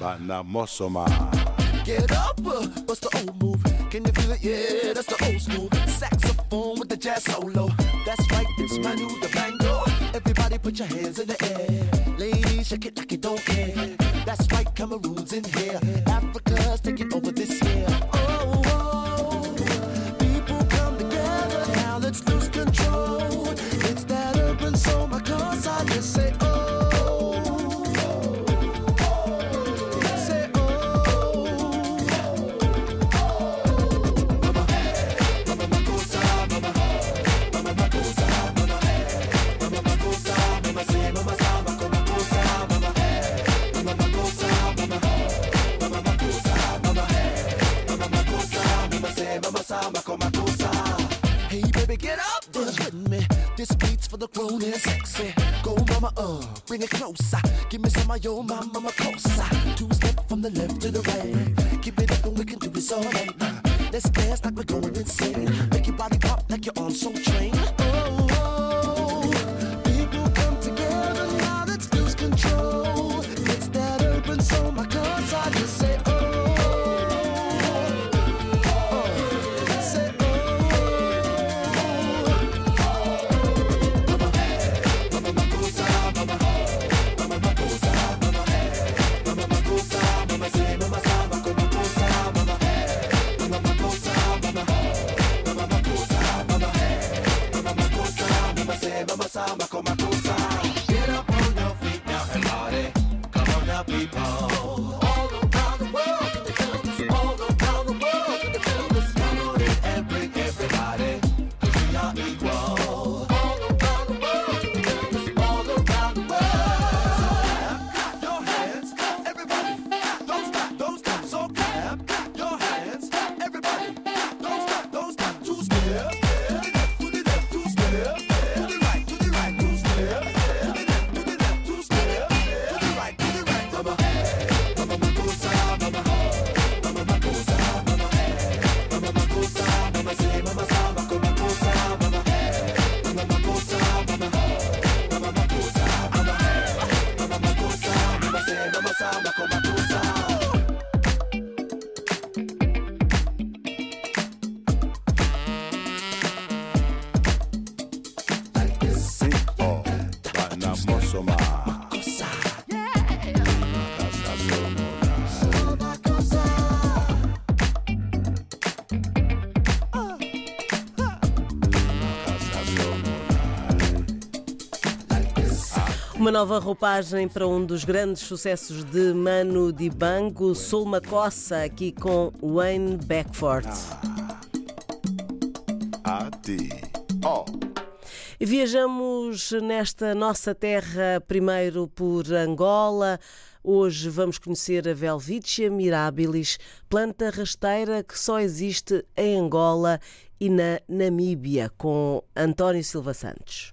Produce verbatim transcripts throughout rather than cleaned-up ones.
Bana Mosoma. Get up, uh, what's the old move? Can you feel it? Yeah, that's the old school. Saxophone with the jazz solo. That's right, it's Manu Dibango. Everybody put your hands in the air. Ladies, shake it like you don't care. That's right, Cameroon's in here. Africa's taking over this year. Oh, oh, people come together. Now let's lose control. It's that urban soul, my cause I just say, oh. Hey baby, get up, dance with me. This beat's for the grown and sexy. Go mama, uh, bring it closer. Give me some of your mama, mama closer. Two step from the left to the right. Keep it up and we can do this all night. Let's dance like we're going insane. Make your body pop like you're on Soul Train. Oh, oh, people come together now. Let's lose control. It's that urban soul, my cause I just say, oh. Get up on your feet now and party. Come on now, people. All around the world, can they feel this? All around the world, can they feel this? Come on in and bring everybody, 'cause we are equal. All around the world, can they feel this? All around the world. So clap your hands, everybody. Don't stop, don't stop. So clap your hands, everybody. Don't stop, don't stop. Two steps. To the left, two steps. To the right, to the right, two steps. To the left, to the left, two steps. To the right, to the right, mama. Mama Makusa, mama. Mama Makusa, mama. Mama Makusa, mama. Say mama sa, mako Makusa, mama. Mama Makusa, mama. Mama Makusa, mama. Mama Makusa, mama. Say mama sa, mako Makusa. Oh, Bana Mosoma. Uma nova roupagem para um dos grandes sucessos de Manu Dibango, Soul Makossa, aqui com Wayne Beckford. Adi. Oh. E viajamos nesta nossa terra primeiro por Angola. Hoje vamos conhecer a Welwitschia mirabilis, planta rasteira que só existe em Angola e na Namíbia, com António Silva Santos.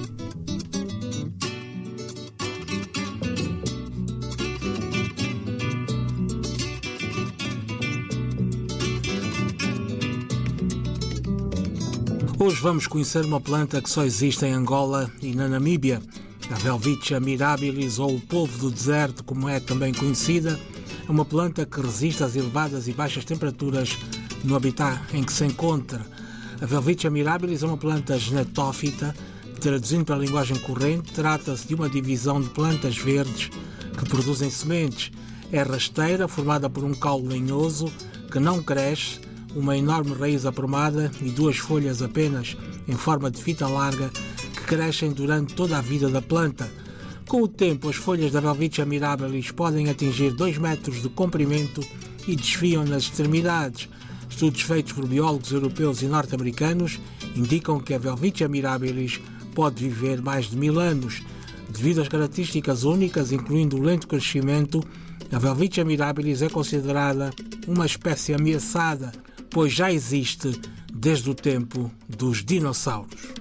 Hoje vamos conhecer uma planta que só existe em Angola e na Namíbia. A Welwitschia mirabilis, ou o polvo do deserto, como é também conhecida, é uma planta que resiste às elevadas e baixas temperaturas no habitat em que se encontra. A Welwitschia mirabilis é uma planta genetófita, traduzindo para a linguagem corrente, trata-se de uma divisão de plantas verdes que produzem sementes. É rasteira, formada por um caule lenhoso que não cresce, uma enorme raiz aprumada e duas folhas apenas em forma de fita larga que crescem durante toda a vida da planta. Com o tempo, as folhas da Welwitschia mirabilis podem atingir dois metros de comprimento e desfiam nas extremidades. Estudos feitos por biólogos europeus e norte-americanos indicam que a Welwitschia mirabilis pode viver mais de mil anos. Devido às características únicas, incluindo o lento crescimento, a Welwitschia mirabilis é considerada uma espécie ameaçada, pois já existe desde o tempo dos dinossauros.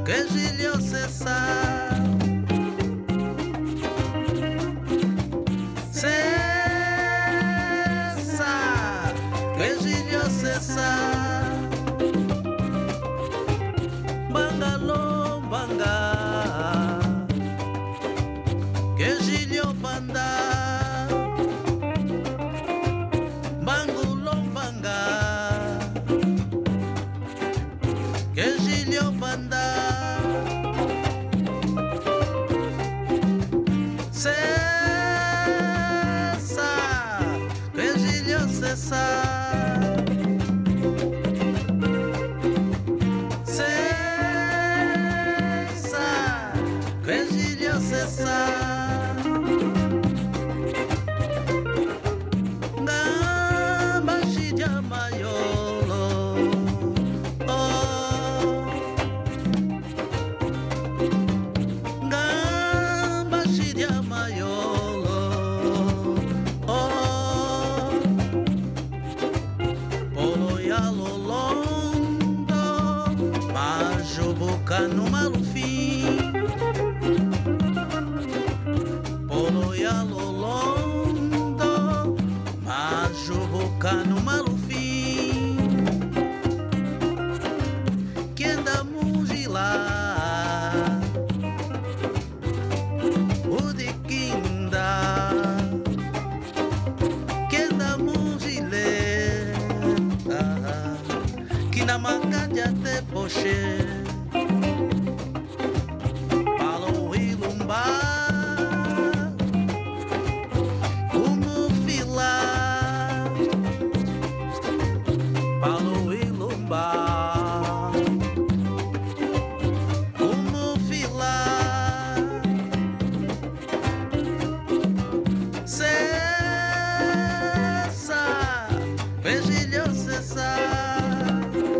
que gilho cessar. Cessa, que gilho cessar. Bangalô, banga, que gilho banda. Bangulom banga, que gilho banda. Cessa, que gilho cessar. Cessa, que gilho cessar. Gamba shija mayolo, oh. Gamba shija mayolo, oh. Polo yalo londo, majubuka no malufim. Polo yalo londo, majubuka no malufim. Que anda mugila, o de quinda. Que anda mugile, que na manga já te poche. Palo ilumba, como fila. Palo ilumba, como fila. Cessa, vigília cessar.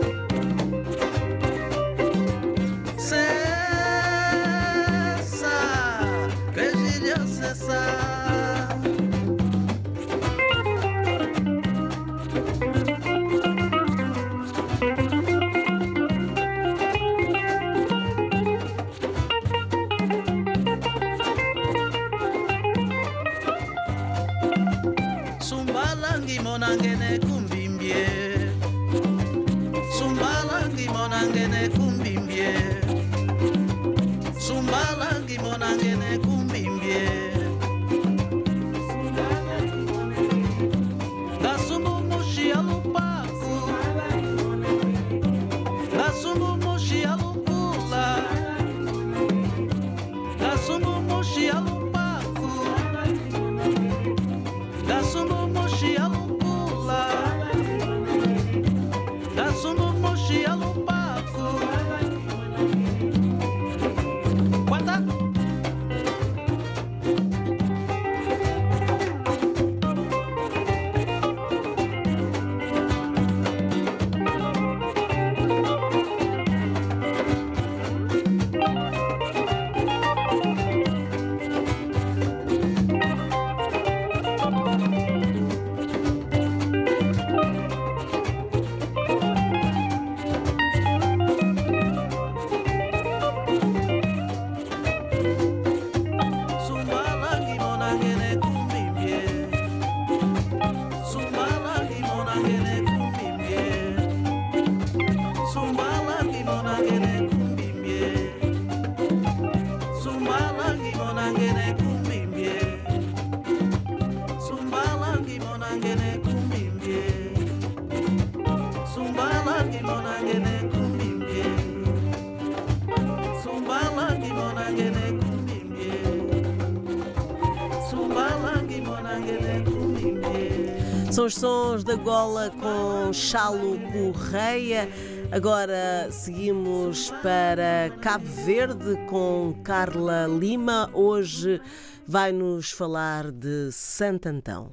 Cessa, vigília cessar. Sumbalangi monangene kumbimbie. Sumbalangi monangene kumbimbie. Sumbalangi monangene kumbimbie. Gasumbu mushi alupaku. Gasumbu mushi alupula. Gasumbu mushi alupaku. Gasumbu mushi alupula. Gasumbu mushi alupaku. Quanta? Sumbalangi monangene kumbimbie. Sumbalangi monangene kumbimbie. Sumbalangi monangene kumbimbie. Sumbalangi monangene kumbimbie. Sumbalangi monangene kumbimbie. Sumbalangi monangene kumbimbie. Sumbalangi monangene kumbimbie. Sumbalangi monangene kumbimbie. São os sons da Gola com Chalo Correia. Agora seguimos para Cabo Verde com Carla Lima. Hoje vai-nos falar de Santo Antão.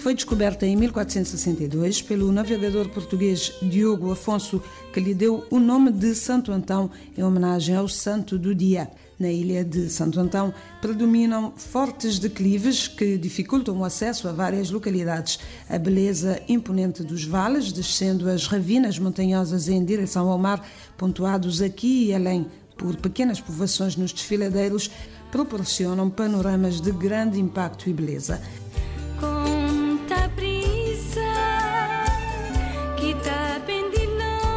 foi descoberta em mil quatrocentos e sessenta e dois pelo navegador português Diogo Afonso, que lhe deu o nome de Santo Antão em homenagem ao santo do dia. Na ilha de Santo Antão predominam fortes declives que dificultam o acesso a várias localidades. A beleza imponente dos vales, descendo as ravinas montanhosas em direção ao mar, pontuados aqui e além por pequenas povoações nos desfiladeiros, proporcionam panoramas de grande impacto e beleza. Conta brisa que tá bem de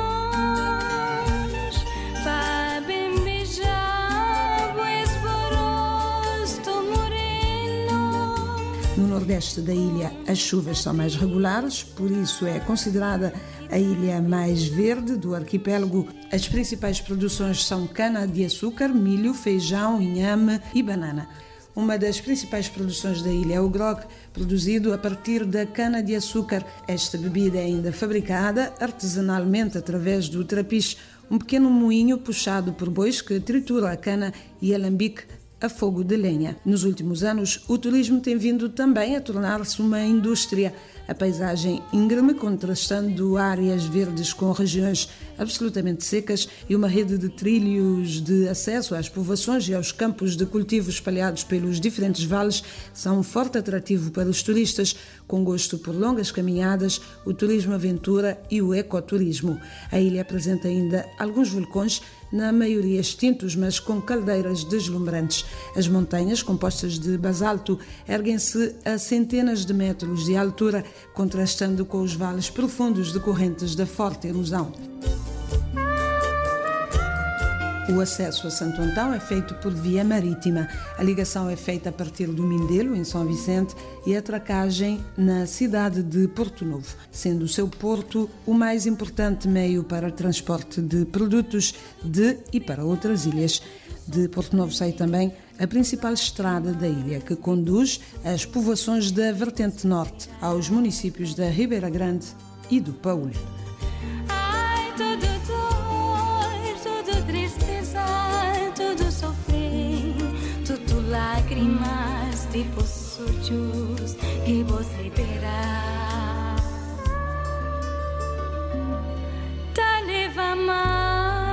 longe, vai bem beijar o esborosto moreno. No nordeste da ilha, as chuvas são mais regulares, por isso é considerada a ilha mais verde do arquipélago. As principais produções são cana-de-açúcar, milho, feijão, inhame e banana. Uma das principais produções da ilha é o grog, produzido a partir da cana-de-açúcar. Esta bebida é ainda fabricada artesanalmente através do trapiche, um pequeno moinho puxado por bois que tritura a cana e alambique a fogo de lenha. Nos últimos anos, o turismo tem vindo também a tornar-se uma indústria. A paisagem íngreme, contrastando áreas verdes com regiões absolutamente secas e uma rede de trilhos de acesso às povoações e aos campos de cultivo espalhados pelos diferentes vales, são um forte atrativo para os turistas, com gosto por longas caminhadas, o turismo aventura e o ecoturismo. A ilha apresenta ainda alguns vulcões, na maioria extintos, mas com caldeiras deslumbrantes. As montanhas, compostas de basalto, erguem-se a centenas de metros de altura, contrastando com os vales profundos decorrentes da forte erosão. O acesso a Santo Antão é feito por via marítima. A ligação é feita a partir do Mindelo, em São Vicente, e a atracagem na cidade de Porto Novo, sendo o seu porto o mais importante meio para transporte de produtos de e para outras ilhas. De Porto Novo sai também a principal estrada da ilha, que conduz às povoações da vertente norte, aos municípios da Ribeira Grande e do Paúlio. Ai, tudo dor, tudo tristeza, tudo sofrer, tudo lágrimas, tipo sujos que vos liberar. Tá leva mal.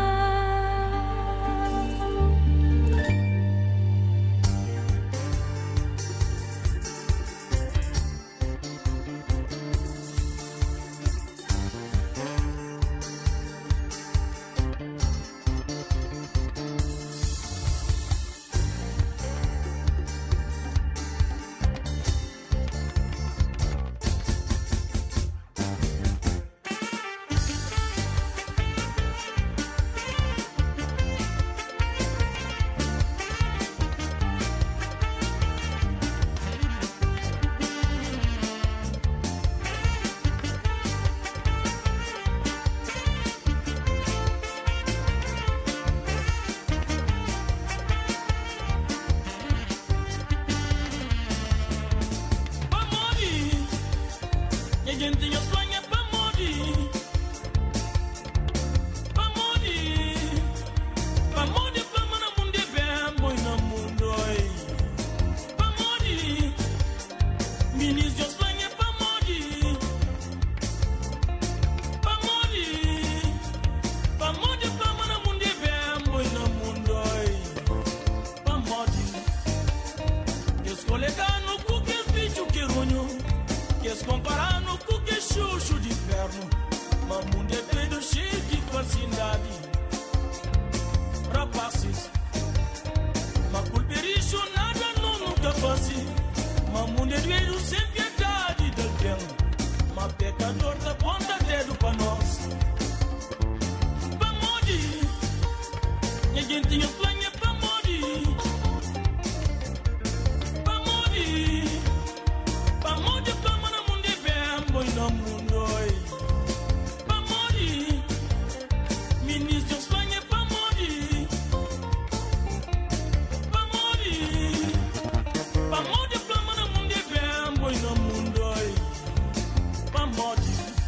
Gente, eu sonho pra morrer, pra morrer, pra morrer, pra morrer, mundo é bem, boi no mundo, pra morrer, ministro, eu sonho pra morrer, pra morrer, pra morrer, pra morrer, mundo é bem, boi no mundo, pra morrer, os colegas no cu que os bichos que runham, que os comparar no cu que chuchu de inferno, mas o mundo é doido cheio de falsidade, rapazes, mas culpericho nada não nunca faz, mas o mundo é doido sem piedade de alguém, mas pecador da ponta dedo pra nós, pra morrer, ninguém tinha plano pra morrer, pra morrer, pra morrer, pra morrer, mundo é bem, boi no mundo, pra morrer, ministro, sonha pra morrer, pra morrer, pra morrer, pra morrer, mundo é bem, boi no mundo, pra morrer.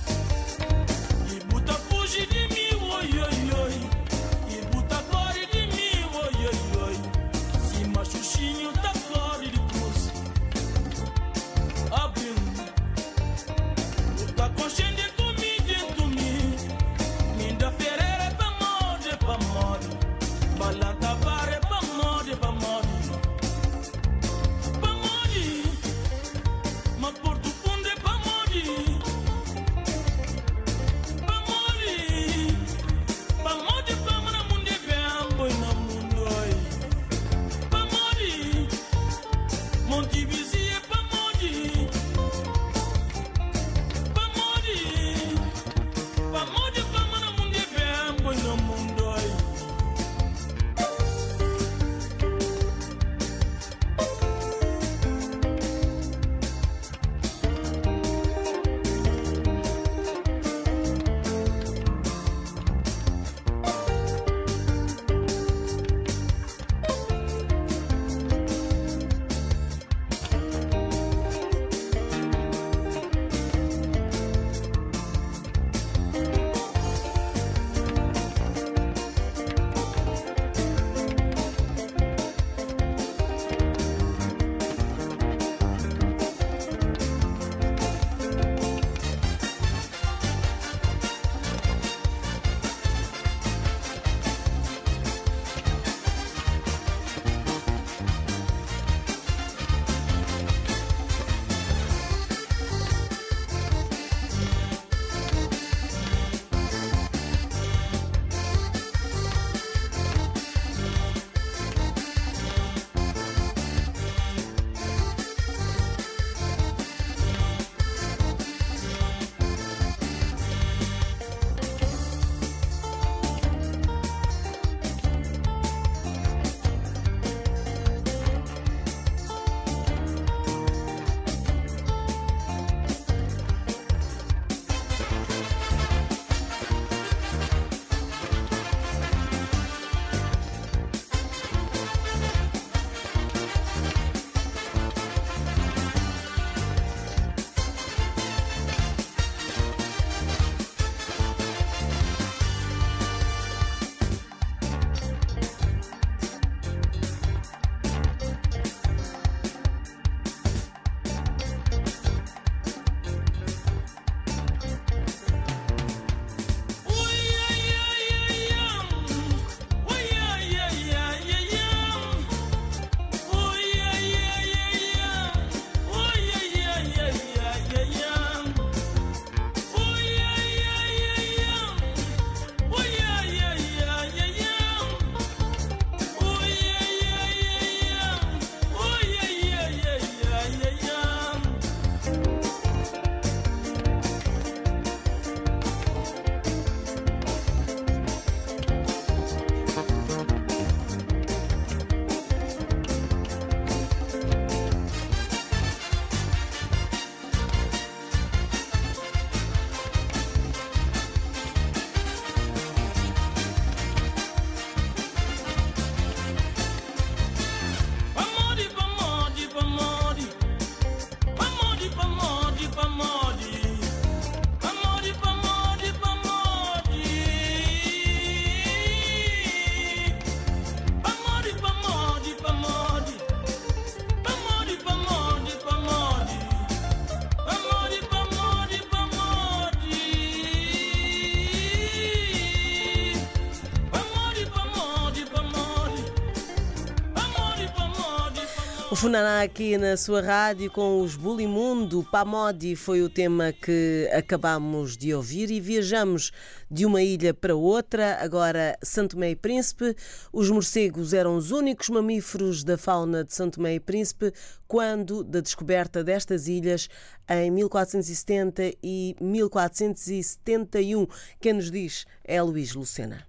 O Funaná aqui na sua rádio com os Bulimundo. Pamodi foi o tema que acabamos de ouvir e viajamos de uma ilha para outra, agora São Tomé e Príncipe. Os morcegos eram os únicos mamíferos da fauna de São Tomé e Príncipe quando da descoberta destas ilhas em mil quatrocentos e setenta e mil quatrocentos e setenta e um. Quem nos diz é Luís Lucena.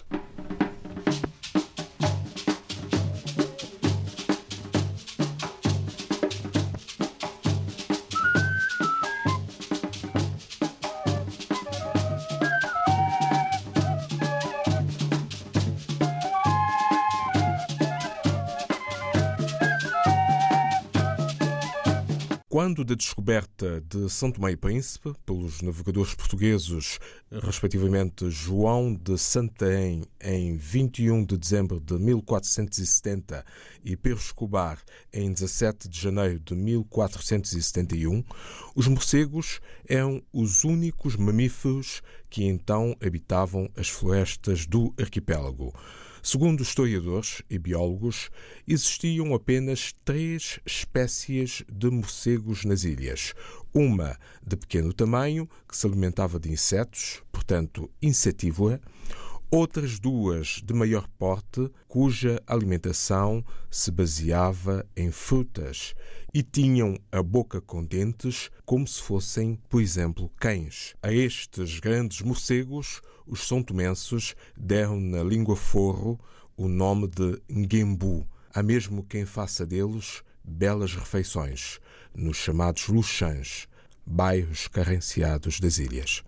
Quando da descoberta de São Tomé e Príncipe pelos navegadores portugueses, respectivamente João de Santarém em vinte e um de dezembro de mil quatrocentos e setenta e Pedro Escobar em dezassete de janeiro de mil quatrocentos e setenta e um, os morcegos eram os únicos mamíferos que então habitavam as florestas do arquipélago. Segundo historiadores e biólogos, existiam apenas três espécies de morcegos nas ilhas. Uma de pequeno tamanho, que se alimentava de insetos, portanto insetívora. Outras duas de maior porte, cuja alimentação se baseava em frutas e tinham a boca com dentes, como se fossem, por exemplo, cães. A estes grandes morcegos, os são-tomenses deram na língua forro o nome de Ngembu. Há mesmo quem faça deles belas refeições nos chamados Luxãs, bairros carenciados das ilhas.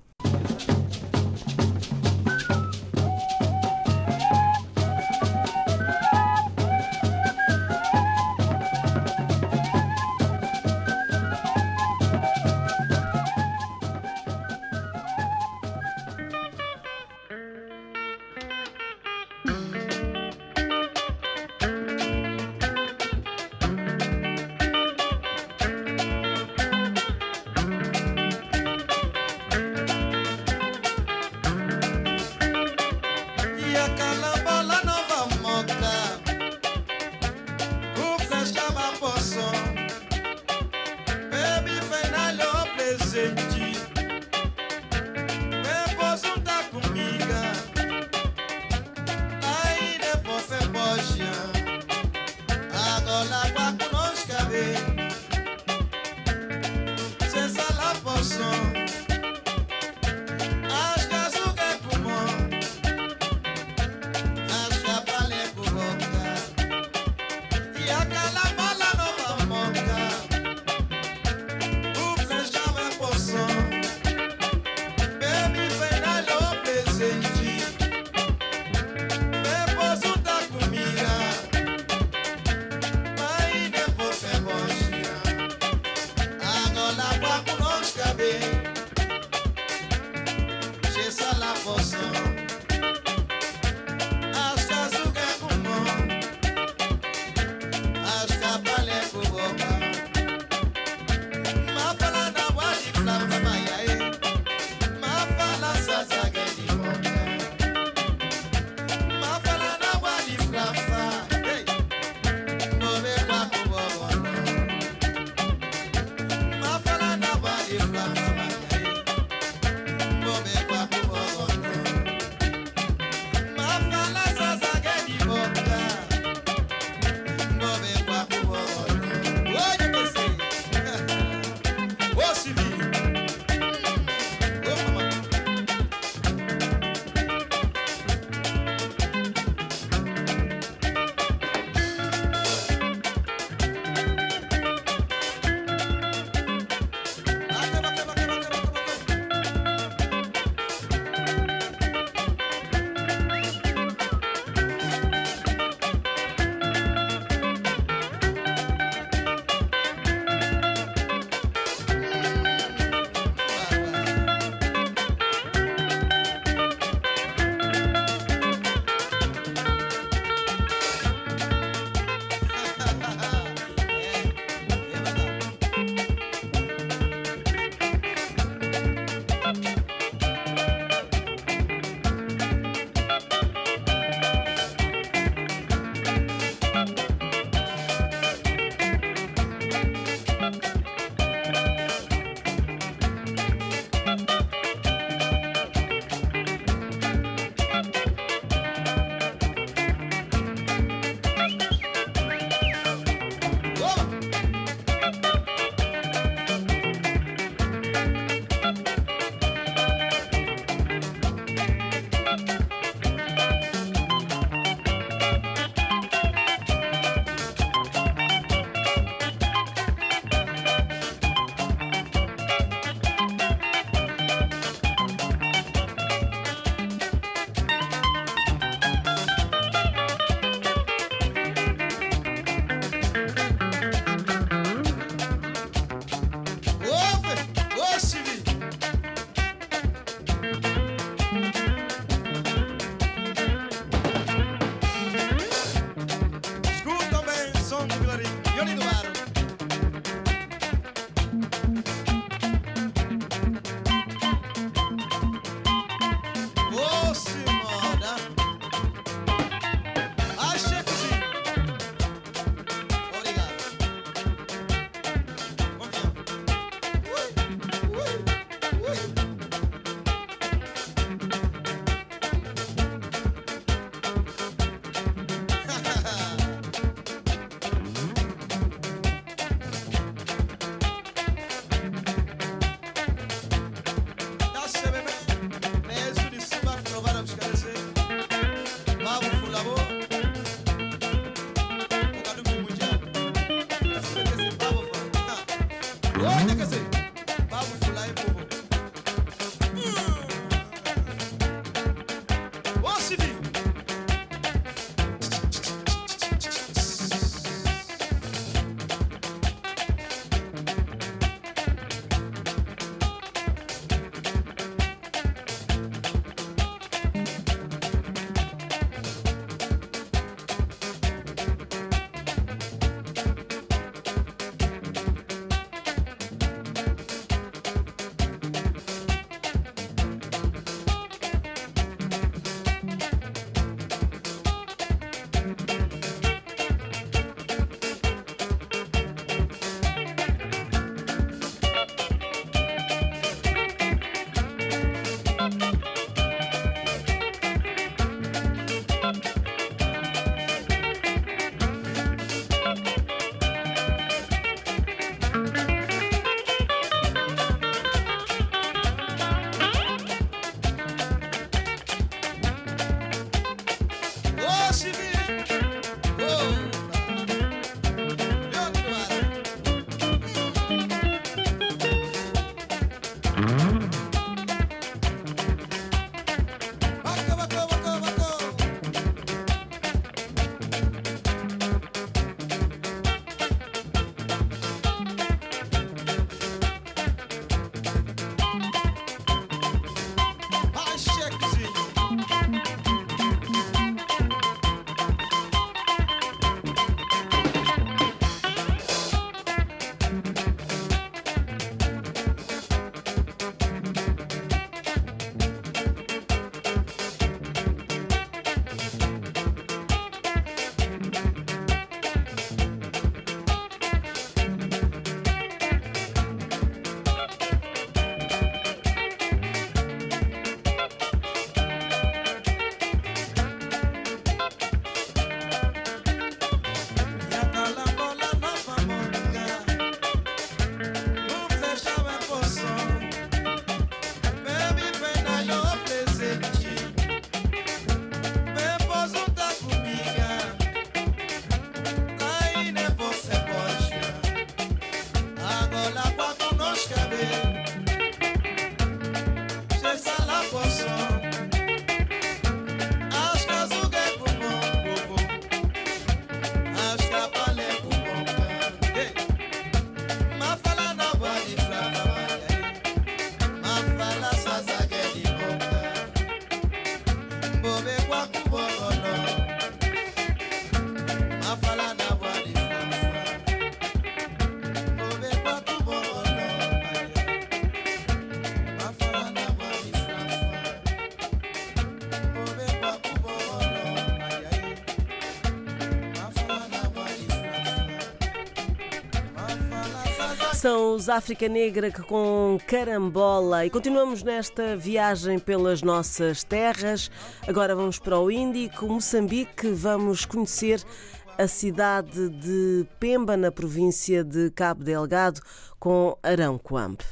São os África Negra que com Carambola. E continuamos nesta viagem pelas nossas terras. Agora vamos para o Índico, Moçambique. Vamos conhecer a cidade de Pemba, na província de Cabo Delgado, com Arão Coambe.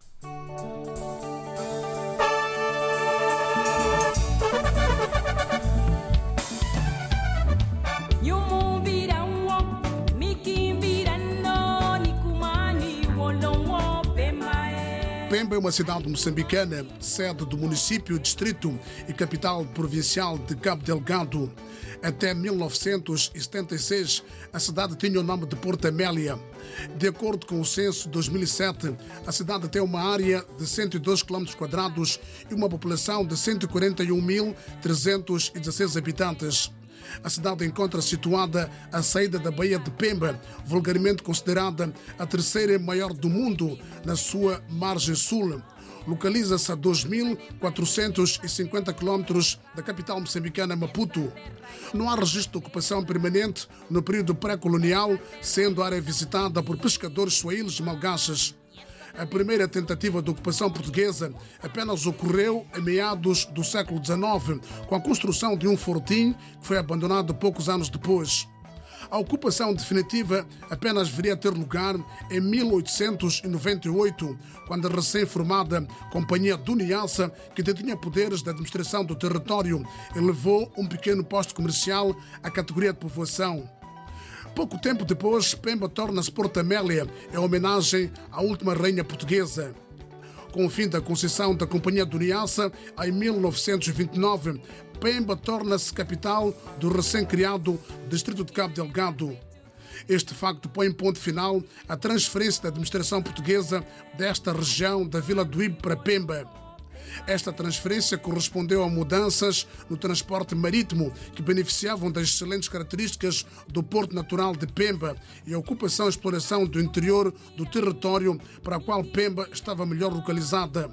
Pemba é uma cidade moçambicana, sede do município, distrito e capital provincial de Cabo Delgado. Até mil novecentos e setenta e seis, a cidade tinha o nome de Porto Amélia. De acordo com o censo de dois mil e sete, a cidade tem uma área de cento e dois quilômetros quadrados e uma população de cento e quarenta e um mil trezentos e dezesseis habitantes. A cidade encontra-se situada à saída da Baía de Pemba, vulgarmente considerada a terceira maior do mundo na sua margem sul. Localiza-se a dois mil quatrocentos e cinquenta quilômetros da capital moçambicana, Maputo. Não há registro de ocupação permanente no período pré-colonial, sendo a área visitada por pescadores suaíles e malgaches. A primeira tentativa de ocupação portuguesa apenas ocorreu em meados do século dezenove, com a construção de um fortim que foi abandonado poucos anos depois. A ocupação definitiva apenas viria a ter lugar em mil oitocentos e noventa e oito, quando a recém-formada Companhia do Niassa, que detinha poderes de administração do território, elevou um pequeno posto comercial à categoria de povoação. Pouco tempo depois, Pemba torna-se Porto Amélia, em homenagem à última rainha portuguesa. Com o fim da concessão da Companhia do Niassa, em mil novecentos e vinte e nove, Pemba torna-se capital do recém-criado Distrito de Cabo Delgado. Este facto põe ponto final à transferência da administração portuguesa desta região da Vila do Ibe para Pemba. Esta transferência correspondeu a mudanças no transporte marítimo que beneficiavam das excelentes características do Porto Natural de Pemba e a ocupação e exploração do interior do território para a qual Pemba estava melhor localizada.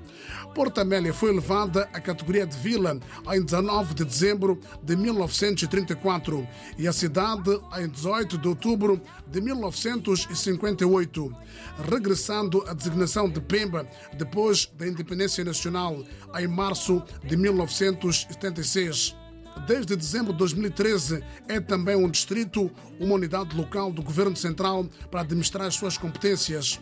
Porto Amélia foi elevada à categoria de vila em dezanove de dezembro de mil novecentos e trinta e quatro e a cidade em dezoito de outubro de mil novecentos e cinquenta e oito, regressando à designação de Pemba depois da independência nacional em março de mil novecentos e setenta e seis. Desde dezembro de dois mil e treze, é também um distrito, uma unidade local do Governo Central para administrar as suas competências.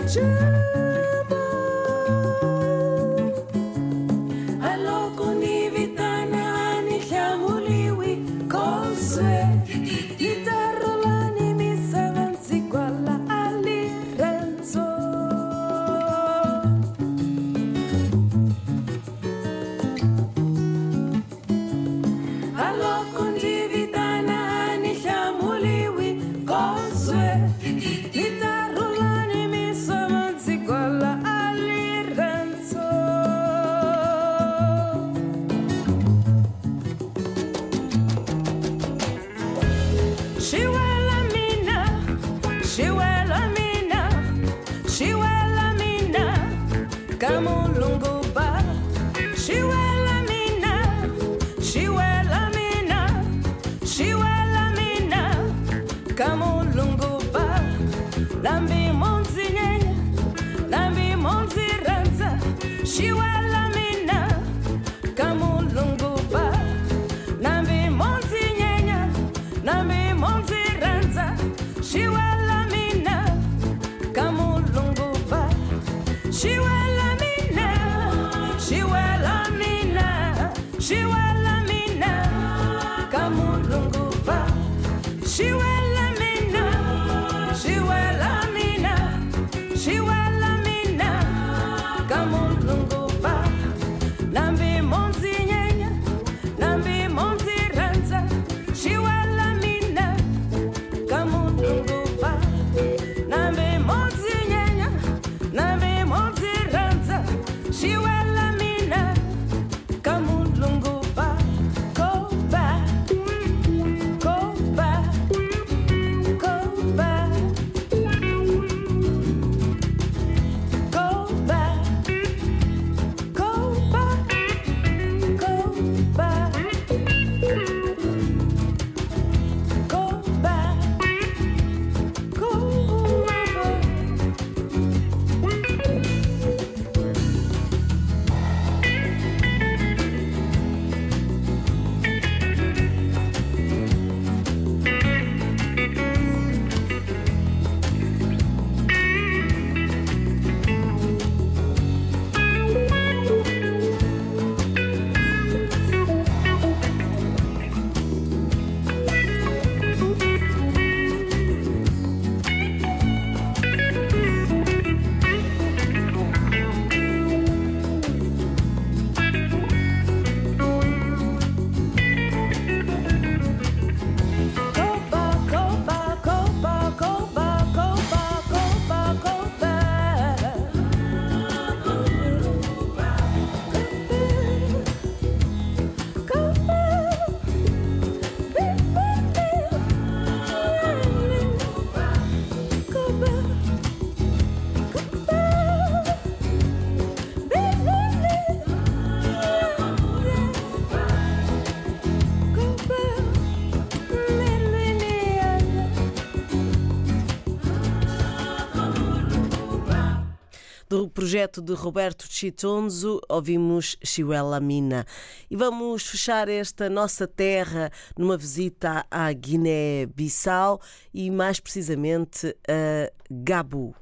Do projeto de Roberto Chitonzo, ouvimos Chihuela Mina. E vamos fechar esta nossa terra numa visita à Guiné-Bissau e mais precisamente a Gabu.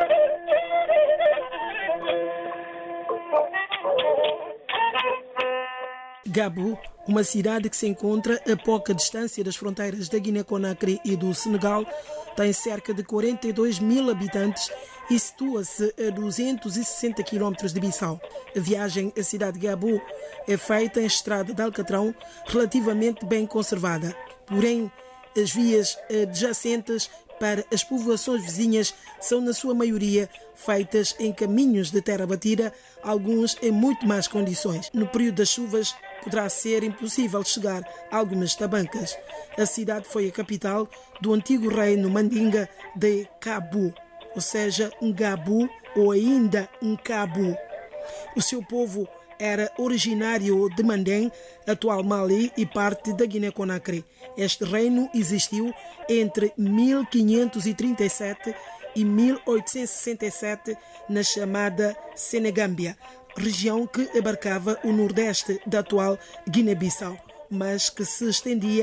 Gabu, uma cidade que se encontra a pouca distância das fronteiras da Guiné-Conakry e do Senegal, tem cerca de quarenta e dois mil habitantes e situa-se a duzentos e sessenta quilómetros de Bissau. A viagem à cidade de Gabu é feita em estrada de Alcatrão, relativamente bem conservada. Porém, as vias adjacentes para as povoações vizinhas são, na sua maioria, feitas em caminhos de terra batida, alguns em muito más condições. No período das chuvas, poderá ser impossível chegar a algumas tabancas. A cidade foi a capital do antigo reino Mandinga de Cabu, ou seja, um Gabu ou ainda um Cabu. O seu povo era originário de Mandém, atual Mali e parte da Guiné-Conakry. Este reino existiu entre mil quinhentos e trinta e sete e mil oitocentos e sessenta e sete na chamada Senegâmbia, região que abarcava o nordeste da atual Guiné-Bissau, mas que se estendia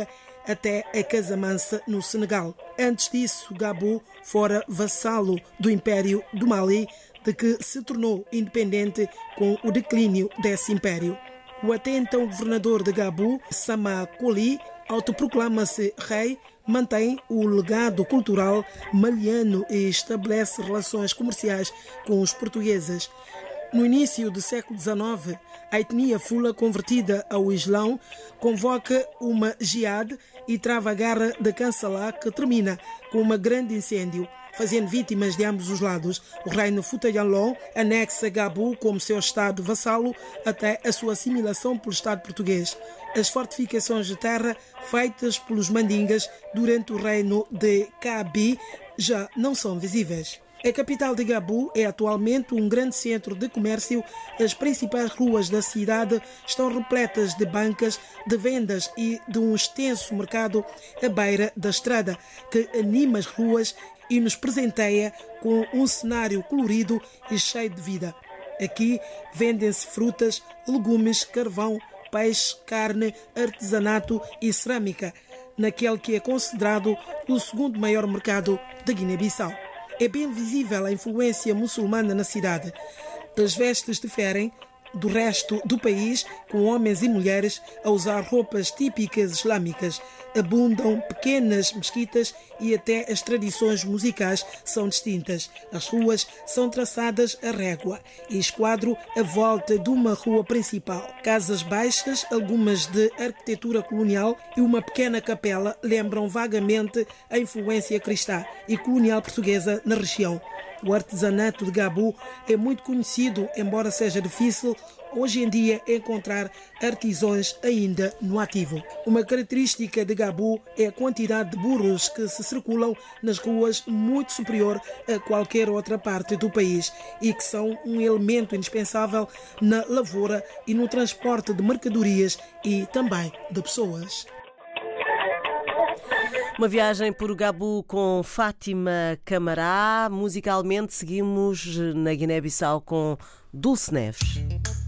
até a Casamansa, no Senegal. Antes disso, Gabou fora vassalo do Império do Mali, de que se tornou independente com o declínio desse império. O até então governador de Gabou, Sama Koli, autoproclama-se rei, mantém o legado cultural maliano e estabelece relações comerciais com os portugueses. No início do século dezenove, a etnia fula, convertida ao Islão, convoca uma jihad e trava a guerra de Cansalá, que termina com um grande incêndio, fazendo vítimas de ambos os lados. O reino Futayanlon anexa Gabou como seu estado vassalo até a sua assimilação pelo Estado português. As fortificações de terra feitas pelos mandingas durante o reino de Kabi já não são visíveis. A capital de Gabou é atualmente um grande centro de comércio. As principais ruas da cidade estão repletas de bancas, de vendas e de um extenso mercado à beira da estrada, que anima as ruas e nos presenteia com um cenário colorido e cheio de vida. Aqui vendem-se frutas, legumes, carvão, peixe, carne, artesanato e cerâmica, naquele que é considerado o segundo maior mercado da Guiné-Bissau. É bem visível a influência muçulmana na cidade. As vestes diferem do resto do país, com homens e mulheres a usar roupas típicas islâmicas. Abundam pequenas mesquitas e até as tradições musicais são distintas. As ruas são traçadas a régua e esquadro à volta de uma rua principal. Casas baixas, algumas de arquitetura colonial e uma pequena capela lembram vagamente a influência cristã e colonial portuguesa na região. O artesanato de Gabou é muito conhecido, embora seja difícil hoje em dia encontrar artesãos ainda no ativo. Uma característica de Gabou é a quantidade de burros que se circulam nas ruas, muito superior a qualquer outra parte do país, e que são um elemento indispensável na lavoura e no transporte de mercadorias e também de pessoas. Uma viagem por Gabou com Fátima Camará. Musicalmente seguimos na Guiné-Bissau com Dulce Neves.